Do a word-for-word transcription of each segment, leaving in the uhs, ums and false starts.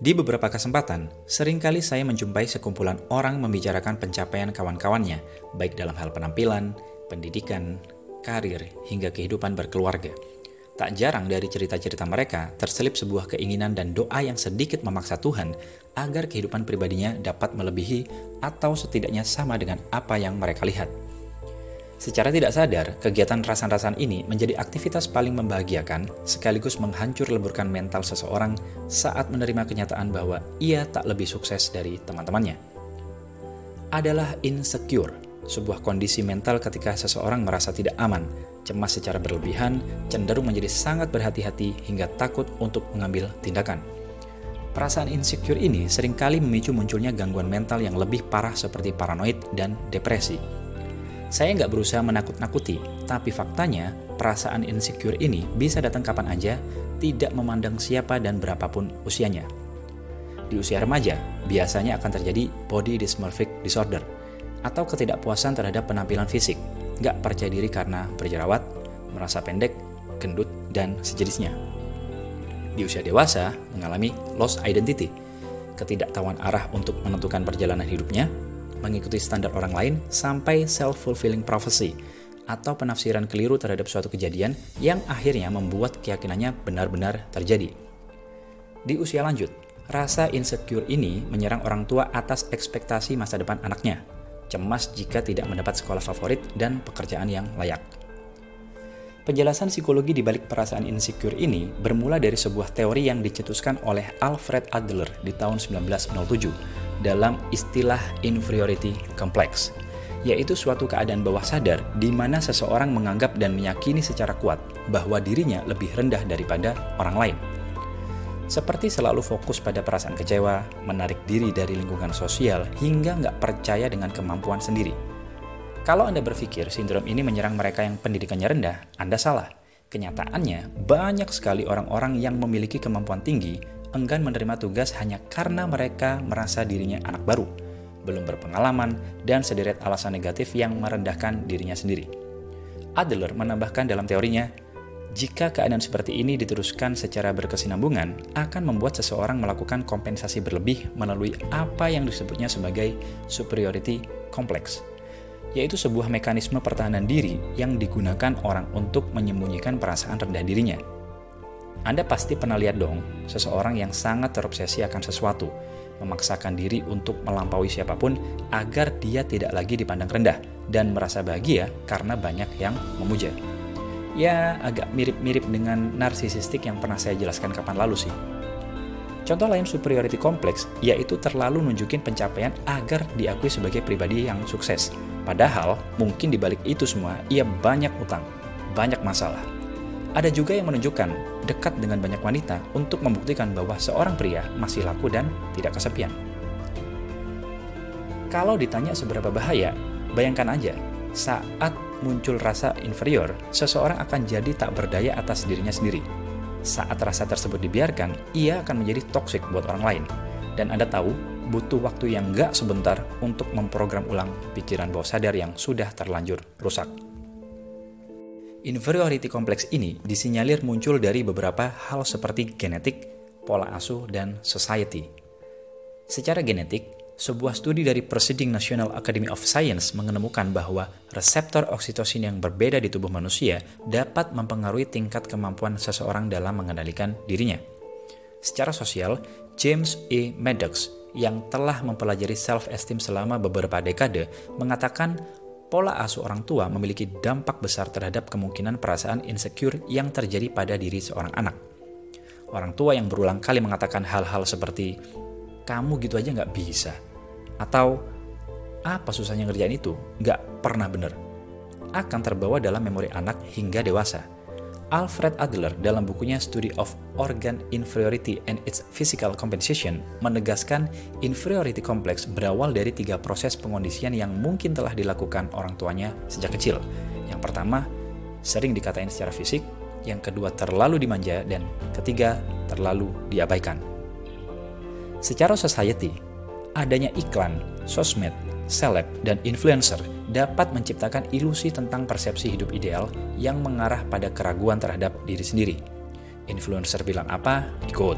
Di beberapa kesempatan, seringkali saya menjumpai sekumpulan orang membicarakan pencapaian kawan-kawannya, baik dalam hal penampilan, pendidikan, karir, hingga kehidupan berkeluarga. Tak jarang dari cerita-cerita mereka terselip sebuah keinginan dan doa yang sedikit memaksa Tuhan agar kehidupan pribadinya dapat melebihi atau setidaknya sama dengan apa yang mereka lihat. Secara tidak sadar, kegiatan rasan-rasan ini menjadi aktivitas paling membahagiakan sekaligus menghancur leburkan mental seseorang saat menerima kenyataan bahwa ia tak lebih sukses dari teman-temannya. Adalah insecure, sebuah kondisi mental ketika seseorang merasa tidak aman, cemas secara berlebihan, cenderung menjadi sangat berhati-hati hingga takut untuk mengambil tindakan. Perasaan insecure ini seringkali memicu munculnya gangguan mental yang lebih parah seperti paranoid dan depresi. Saya nggak berusaha menakut-nakuti, tapi faktanya perasaan insecure ini bisa datang kapan aja, tidak memandang siapa dan berapapun usianya. Di usia remaja, biasanya akan terjadi body dysmorphic disorder, atau ketidakpuasan terhadap penampilan fisik, nggak percaya diri karena berjerawat, merasa pendek, gendut, dan sejenisnya. Di usia dewasa, mengalami lost identity, ketidaktahuan arah untuk menentukan perjalanan hidupnya, mengikuti standar orang lain, sampai self-fulfilling prophecy atau penafsiran keliru terhadap suatu kejadian yang akhirnya membuat keyakinannya benar-benar terjadi. Di usia lanjut, rasa insecure ini menyerang orang tua atas ekspektasi masa depan anaknya, cemas jika tidak mendapat sekolah favorit dan pekerjaan yang layak. Penjelasan psikologi di balik perasaan insecure ini bermula dari sebuah teori yang dicetuskan oleh Alfred Adler di tahun sembilan belas nol tujuh dalam istilah inferiority complex, yaitu suatu keadaan bawah sadar di mana seseorang menganggap dan meyakini secara kuat bahwa dirinya lebih rendah daripada orang lain. Seperti selalu fokus pada perasaan kecewa, menarik diri dari lingkungan sosial, hingga nggak percaya dengan kemampuan sendiri. Kalau Anda berpikir sindrom ini menyerang mereka yang pendidikannya rendah, Anda salah. Kenyataannya, banyak sekali orang-orang yang memiliki kemampuan tinggi enggan menerima tugas hanya karena mereka merasa dirinya anak baru, belum berpengalaman, dan sederet alasan negatif yang merendahkan dirinya sendiri. Adler menambahkan dalam teorinya, jika keadaan seperti ini diteruskan secara berkesinambungan, akan membuat seseorang melakukan kompensasi berlebih melalui apa yang disebutnya sebagai superiority complex, yaitu sebuah mekanisme pertahanan diri yang digunakan orang untuk menyembunyikan perasaan rendah dirinya. Anda pasti pernah lihat dong, seseorang yang sangat terobsesi akan sesuatu, memaksakan diri untuk melampaui siapapun agar dia tidak lagi dipandang rendah dan merasa bahagia karena banyak yang memuja. Ya, agak mirip-mirip dengan narsisistik yang pernah saya jelaskan kapan lalu sih. Contoh lain superiority complex, yaitu terlalu nunjukin pencapaian agar diakui sebagai pribadi yang sukses. Padahal, mungkin di balik itu semua, ia banyak utang, banyak masalah. Ada juga yang menunjukkan dekat dengan banyak wanita untuk membuktikan bahwa seorang pria masih laku dan tidak kesepian. Kalau ditanya seberapa bahaya, bayangkan aja, saat muncul rasa inferior, seseorang akan jadi tak berdaya atas dirinya sendiri. Saat rasa tersebut dibiarkan, ia akan menjadi toksik buat orang lain. Dan Anda tahu, butuh waktu yang gak sebentar untuk memprogram ulang pikiran bawah sadar yang sudah terlanjur rusak. Inferiority complex ini disinyalir muncul dari beberapa hal seperti genetik, pola asuh, dan society. Secara genetik, sebuah studi dari Proceedings National Academy of Science menemukan bahwa reseptor oksitosin yang berbeda di tubuh manusia dapat mempengaruhi tingkat kemampuan seseorang dalam mengendalikan dirinya. Secara sosial, James E. Maddox yang telah mempelajari self-esteem selama beberapa dekade mengatakan pola asuh orang tua memiliki dampak besar terhadap kemungkinan perasaan insecure yang terjadi pada diri seorang anak. Orang tua yang berulang kali mengatakan hal-hal seperti, kamu gitu aja nggak bisa, atau apa susahnya ngerjain itu, nggak pernah bener, akan terbawa dalam memori anak hingga dewasa. Alfred Adler dalam bukunya Study of Organ Inferiority and its Physical Compensation menegaskan inferiority complex berawal dari tiga proses pengondisian yang mungkin telah dilakukan orang tuanya sejak kecil. Yang pertama, sering dikatain secara fisik, yang kedua terlalu dimanja, dan ketiga terlalu diabaikan. Secara society, adanya iklan, sosmed, seleb, dan influencer dapat menciptakan ilusi tentang persepsi hidup ideal yang mengarah pada keraguan terhadap diri sendiri. Influencer bilang apa, ikut.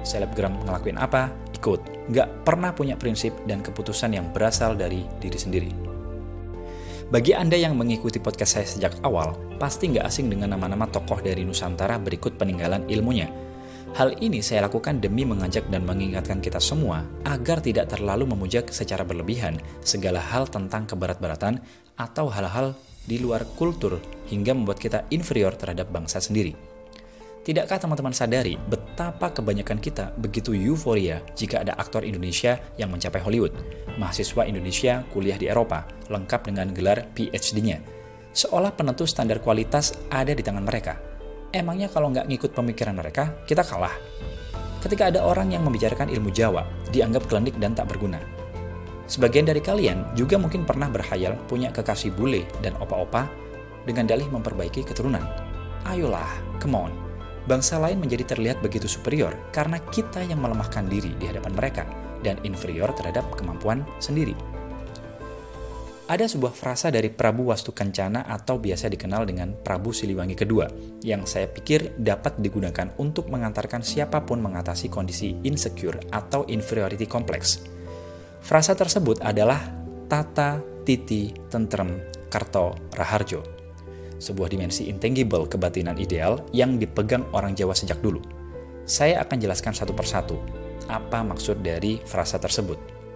Selebgram ngelakuin apa, ikut. Nggak pernah punya prinsip dan keputusan yang berasal dari diri sendiri. Bagi Anda yang mengikuti podcast saya sejak awal, pasti nggak asing dengan nama-nama tokoh dari Nusantara berikut peninggalan ilmunya. Hal ini saya lakukan demi mengajak dan mengingatkan kita semua agar tidak terlalu memuja secara berlebihan segala hal tentang keberat-beratan atau hal-hal di luar kultur hingga membuat kita inferior terhadap bangsa sendiri. Tidakkah teman-teman sadari betapa kebanyakan kita begitu euforia jika ada aktor Indonesia yang mencapai Hollywood, mahasiswa Indonesia kuliah di Eropa, lengkap dengan gelar P H D-nya. Seolah penentu standar kualitas ada di tangan mereka. Emangnya kalau nggak ngikut pemikiran mereka, kita kalah. Ketika ada orang yang membicarakan ilmu Jawa, dianggap klinik dan tak berguna. Sebagian dari kalian juga mungkin pernah berkhayal punya kekasih bule dan opa-opa dengan dalih memperbaiki keturunan. Ayolah, come on. Bangsa lain menjadi terlihat begitu superior karena kita yang melemahkan diri di hadapan mereka dan inferior terhadap kemampuan sendiri. Ada sebuah frasa dari Prabu Wastukencana atau biasa dikenal dengan Prabu Siliwangi kedua yang saya pikir dapat digunakan untuk mengantarkan siapapun mengatasi kondisi insecure atau inferiority complex. Frasa tersebut adalah Tata Titi Tentrem Karto Raharjo. Sebuah dimensi intangible kebatinan ideal yang dipegang orang Jawa sejak dulu. Saya akan jelaskan satu persatu apa maksud dari frasa tersebut.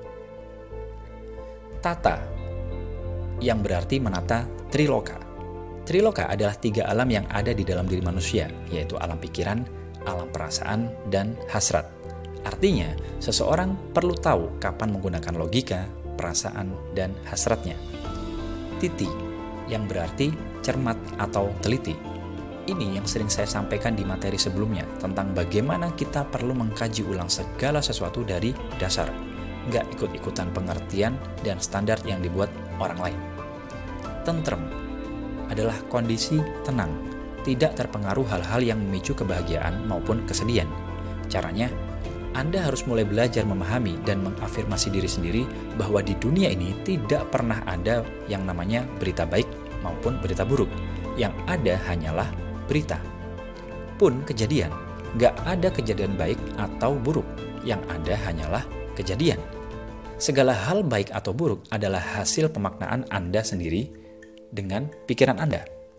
Tata, yang berarti menata triloka. Triloka adalah tiga alam yang ada di dalam diri manusia, yaitu alam pikiran, alam perasaan, dan hasrat. Artinya, seseorang perlu tahu kapan menggunakan logika, perasaan, dan hasratnya. Titi, yang berarti cermat atau teliti. Ini yang sering saya sampaikan di materi sebelumnya tentang bagaimana kita perlu mengkaji ulang segala sesuatu dari dasar, nggak ikut-ikutan pengertian dan standar yang dibuat orang lain. Tentrem adalah kondisi tenang, tidak terpengaruh hal-hal yang memicu kebahagiaan maupun kesedihan. Caranya, Anda harus mulai belajar memahami dan mengafirmasi diri sendiri bahwa di dunia ini tidak pernah ada yang namanya berita baik maupun berita buruk. Yang ada hanyalah berita. Pun kejadian, gak ada kejadian baik atau buruk. Yang ada hanyalah kejadian. Segala hal baik atau buruk adalah hasil pemaknaan Anda sendiri dengan pikiran Anda.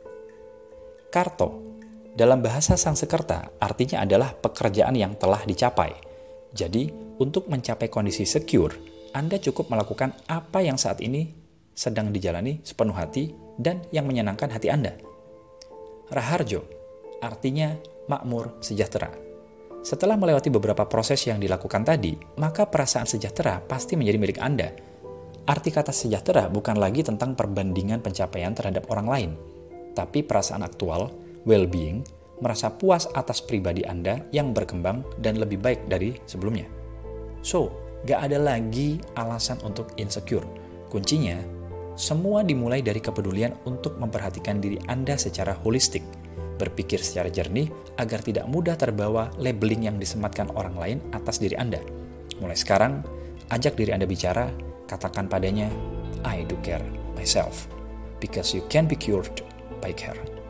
Karto, dalam bahasa Sanskerta artinya adalah pekerjaan yang telah dicapai. Jadi, untuk mencapai kondisi secure, Anda cukup melakukan apa yang saat ini sedang dijalani sepenuh hati dan yang menyenangkan hati Anda. Raharjo, artinya makmur sejahtera. Setelah melewati beberapa proses yang dilakukan tadi, maka perasaan sejahtera pasti menjadi milik Anda. Arti kata sejahtera bukan lagi tentang perbandingan pencapaian terhadap orang lain, tapi perasaan aktual, well-being, merasa puas atas pribadi Anda yang berkembang dan lebih baik dari sebelumnya. So, gak ada lagi alasan untuk insecure. Kuncinya, semua dimulai dari kepedulian untuk memperhatikan diri Anda secara holistik, berpikir secara jernih agar tidak mudah terbawa labeling yang disematkan orang lain atas diri Anda. Mulai sekarang, ajak diri Anda bicara, katakan padanya, I do care myself, because you can be cured by care.